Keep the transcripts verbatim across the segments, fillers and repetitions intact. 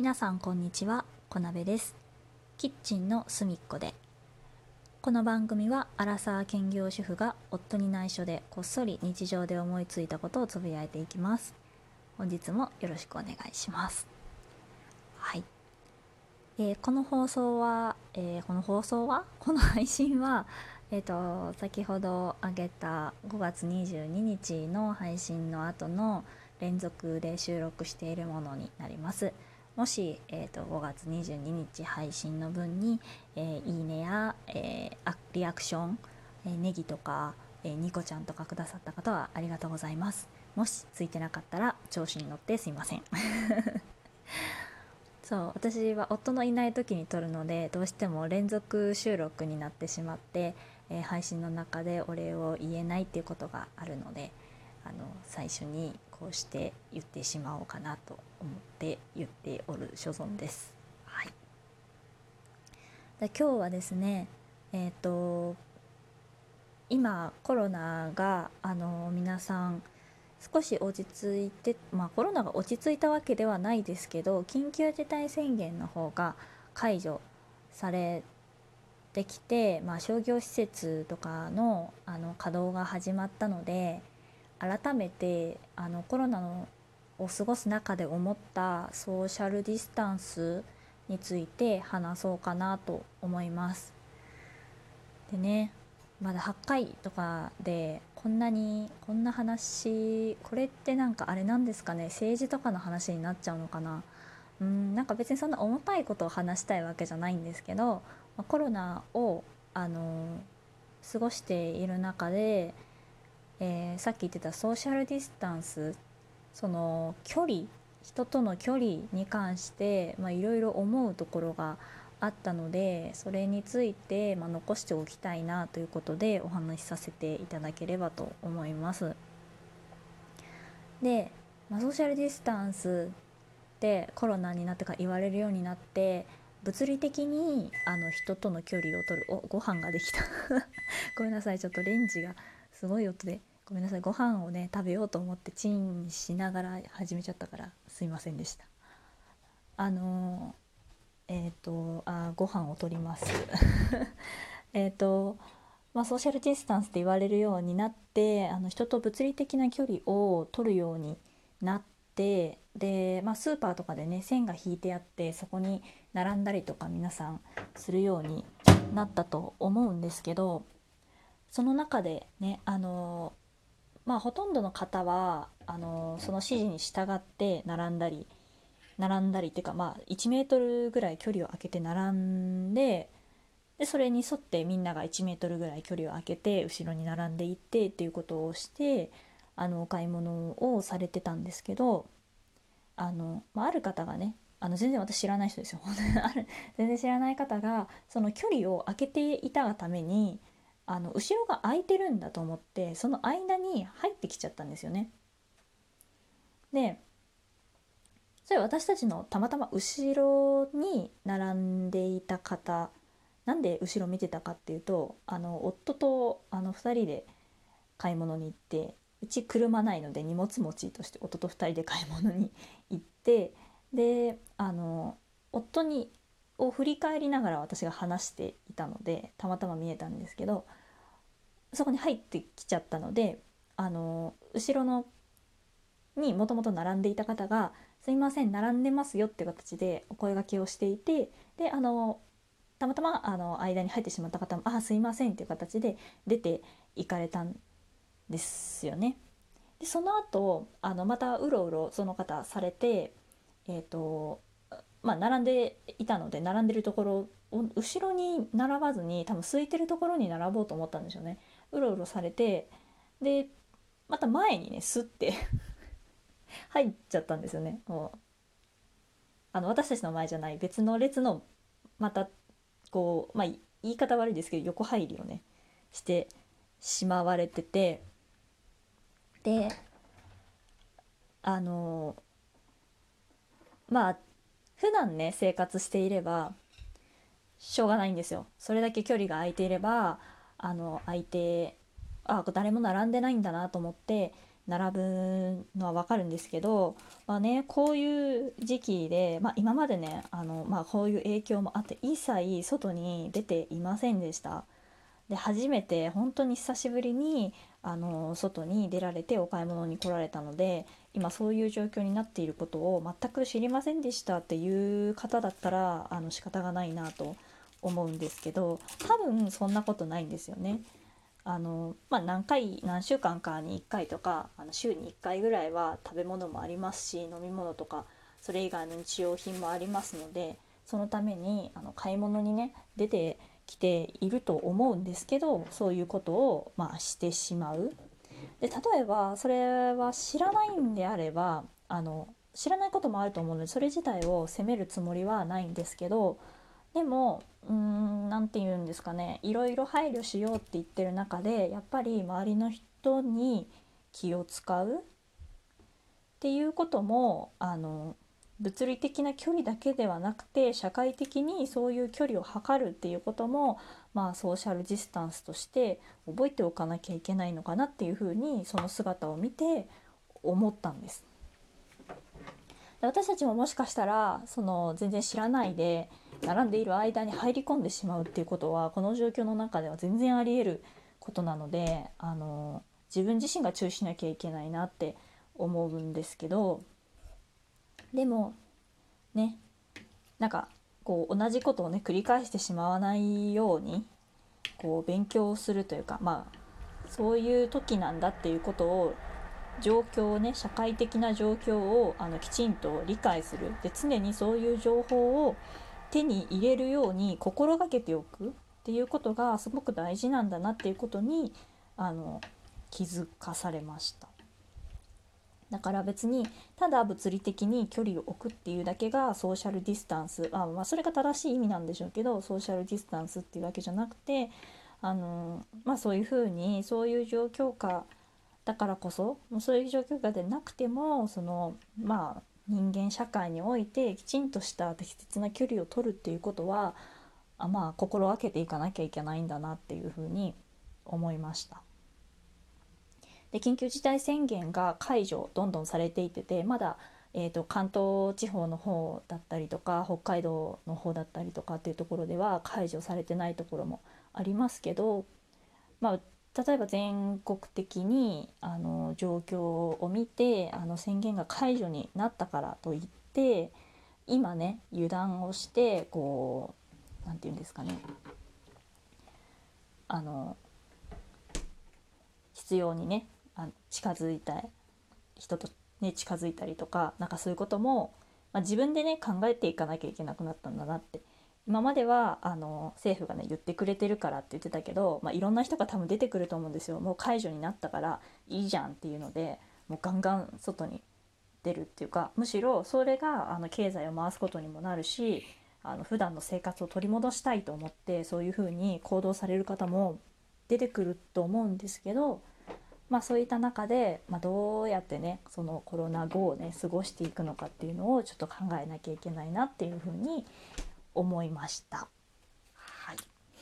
皆さんこんにちは、こなべです。キッチンの隅っこで。この番組はアラサー兼業主婦が夫に内緒でこっそり日常で思いついたことをつぶやいていきます。本日もよろしくお願いします。はい、えーこの放送は、えーこの放送はこの配信はえっ、と先ほど上げたごがつにじゅうににちの配信の後の連続で収録しているものになります。もし、えー、とごがつにじゅうににち配信の分に、えーいいねや、えーあリアクション、えーネギとか、えーニコちゃんとかくださった方はありがとうございます。もしついてなかったら調子に乗ってすいません。そう私は夫のいない時に撮るのでどうしても連続収録になってしまって、えー配信の中でお礼を言えないっていうことがあるので、あの最初にこうして言ってしまおうかなと思って言っておる所存です。はい、で今日はですね、えっ、と今コロナがあの皆さん少し落ち着いて、まあコロナが落ち着いたわけではないですけど、緊急事態宣言の方が解除されてきて、まあ、商業施設とかの、あの稼働が始まったので、改めてあのコロナのを過ごす中で思ったソーシャルディスタンスについて話そうかなと思います。でね、まだはっかいとかでこんなにこんな話、これってなんかあれなんですかね、政治とかの話になっちゃうのかな。うん、なんか別にそんな重たいことを話したいわけじゃないんですけど、まあコロナをあの過ごしている中で、えーさっき言ってたソーシャルディスタンス、その距離、人との距離に関していろいろ思うところがあったので、それについて、まあ、残しておきたいなということでお話しさせていただければと思います。で、まあ、ソーシャルディスタンスってコロナになってから言われるようになって、物理的にあの人との距離を取る。お、ご飯ができた。ごめんなさい、ちょっとレンジがすごい音で、ごめんなさい、ご飯をね食べようと思ってチンしながら始めちゃったからすいませんでした。あのえっ、とあご飯を取ります。えっとまあソーシャルディスタンスって言われるようになって、あの人と物理的な距離を取るようになって、で、まあ、スーパーとかでね線が引いてあってそこに並んだりとか皆さんするようになったと思うんですけど、その中でね、あのまあほとんどの方はあのその指示に従って並んだり並んだりっていうか、まあいちメートルぐらい距離を空けて並んで、でそれに沿ってみんながいちメートルぐらい距離を空けて後ろに並んでいってっていうことをして、あのお買い物をされてたんですけど、あの、まあ、ある方がね、あの全然私知らない人ですよ。ある全然知らない方がその距離を空けていたがために、あの後ろが空いてるんだと思ってその間に入ってきちゃったんですよね。でそれ私たちのたまたま後ろに並んでいた方、なんで後ろ見てたかっていうと、あの夫とあのふたりで買い物に行って、うち車ないので荷物持ちとして夫とふたりで買い物に行って、であの夫にを振り返りながら私が話していたのでたまたま見えたんですけど、そこに入ってきちゃったので、あの後ろのにもともと並んでいた方が「すいません並んでますよ」っていう形でお声掛けをしていて、であのたまたまあの間に入ってしまった方も「あ、すいません」っていう形で出て行かれたんですよね。でその後あのまたうろうろその方されて、えっ、とまあ並んでいたので並んでるところを後ろに並ばずに多分空いてるところに並ぼうと思ったんでしょうね。うろうろされて、でまた前にねスッて入っちゃったんですよね。もうあの私たちの前じゃない別の列の、またこう、まあ、言い方悪いですけど横入りをねしてしまわれてて、であのまあ普段ね生活していればしょうがないんですよ。それだけ距離が空いていれば、あの相手あ誰も並んでないんだなと思って並ぶのはわかるんですけど、まあね、こういう時期で、まあ、今までねあの、まあ、こういう影響もあって一切外に出ていませんでした。で初めて本当に久しぶりにあの外に出られてお買い物に来られたので、今そういう状況になっていることを全く知りませんでしたっていう方だったらあの仕方がないなと思うんですけど、多分そんなことないんですよね。あの、まあ、何回何週間かにいっかいとかあの週にいっかいぐらいは食べ物もありますし、飲み物とかそれ以外の日用品もありますので、そのためにあの買い物にね出てきていると思うんですけど、そういうことをまあしてしまう。で例えばそれは知らないんであればあの知らないこともあると思うので、それ自体を責めるつもりはないんですけど、でもうーんなんて言うんですかね、いろいろ配慮しようって言ってる中でやっぱり周りの人に気を使うっていうこともあの物理的な距離だけではなくて社会的にそういう距離を測るっていうことも、まあ、ソーシャルディスタンスとして覚えておかなきゃいけないのかなっていうふうにその姿を見て思ったんです。で私たちももしかしたらその全然知らないで並んでいる間に入り込んでしまうっていうことはこの状況の中では全然あり得ることなので、あの自分自身が注意しなきゃいけないなって思うんですけど、でもね、なんかこう同じことをね繰り返してしまわないようにこう勉強するというか、まあそういう時なんだっていうことを状況をね社会的な状況をあのきちんと理解する。で常にそういう情報を手に入れるように心がけておくっていうことがすごく大事なんだなっていうことにあの気づかされました。だから別にただ物理的に距離を置くっていうだけがソーシャルディスタンス、あ、まあそれが正しい意味なんでしょうけど、ソーシャルディスタンスっていうわけじゃなくて、あのまあそういうふうにそういう状況下だからこそ、もうそういう状況下でなくてもそのまあ人間社会においてきちんとした適切な距離を取るっていうことはあまあ心がけていかなきゃいけないんだなっていうふうに思いました。で緊急事態宣言が解除どんどんされていてて、まだ、えーと、関東地方の方だったりとか北海道の方だったりとかっていうところでは解除されてないところもありますけど、まあ、例えば全国的にあの状況を見てあの宣言が解除になったからといって今ね油断をしてこうなんていうんですかね、あの必要にねあ近づいた人と、ね、近づいたりとかなんかそういうことも、まあ、自分でね考えていかなきゃいけなくなったんだなって。今まではあの政府がね言ってくれてるからって言ってたけど、まあ、いろんな人が多分出てくると思うんですよ。もう解除になったからいいじゃんっていうのでもうガンガン外に出るっていうか、むしろそれがあの経済を回すことにもなるし、あの普段の生活を取り戻したいと思ってそういうふうに行動される方も出てくると思うんですけど、まあそういった中で、まあ、どうやってねそのコロナ後をね過ごしていくのかっていうのをちょっと考えなきゃいけないなっていうふうに思いました。はい。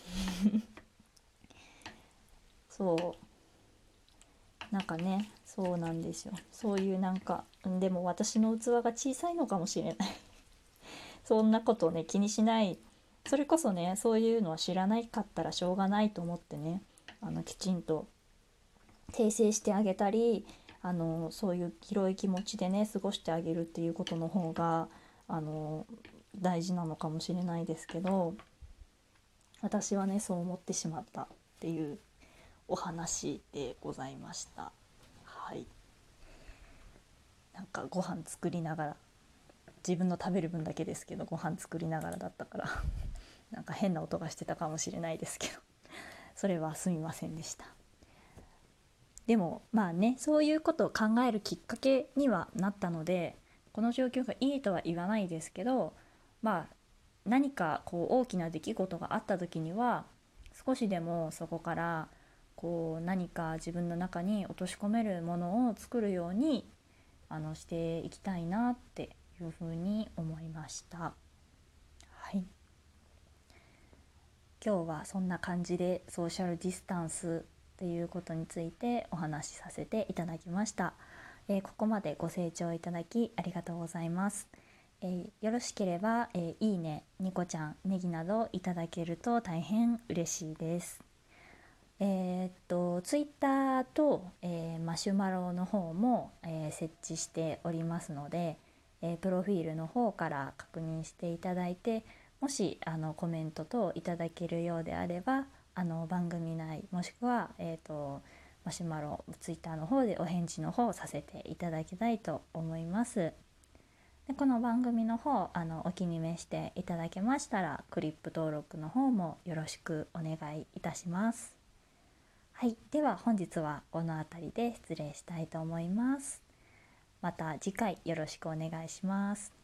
そうなんかね、そうなんですよ。そういうなんかでも私の器が小さいのかもしれないそんなことをね気にしない、それこそねそういうのは知らないかったらしょうがないと思ってね、あのきちんと訂正してあげたり、あのそういう広い気持ちでね過ごしてあげるっていうことの方があの大事なのかもしれないですけど、私はねそう思ってしまったっていうお話でございました。はい。なんかご飯作りながら、自分の食べる分だけですけどご飯作りながらだったからなんか変な音がしてたかもしれないですけどそれはすみませんでした。でもまあねそういうことを考えるきっかけにはなったので、この状況がいいとは言わないですけど、まあ何かこう大きな出来事があった時には少しでもそこからこう何か自分の中に落とし込めるものを作るようにあのしていきたいなっていうふうに思いました。はい。今日はそんな感じでソーシャルディスタンスということについてお話しさせていただきました。えーここまでご清聴いただきありがとうございます。えーよろしければ、えーいいね、ニコちゃん、ネギなどいただけると大変嬉しいです。えーっとツイッターと、えーマシュマロの方も、えー設置しておりますので、えープロフィールの方から確認していただいて、もしあのコメント等いただけるようであれば、あの番組内もしくは、えー、とマシュマロツイッターの方でお返事の方をさせていただきたいと思います。でこの番組の方あのお気に召していただけましたら、クリップ登録の方もよろしくお願いいたします。はい、では本日はこの辺りで失礼したいと思います。また次回よろしくお願いします。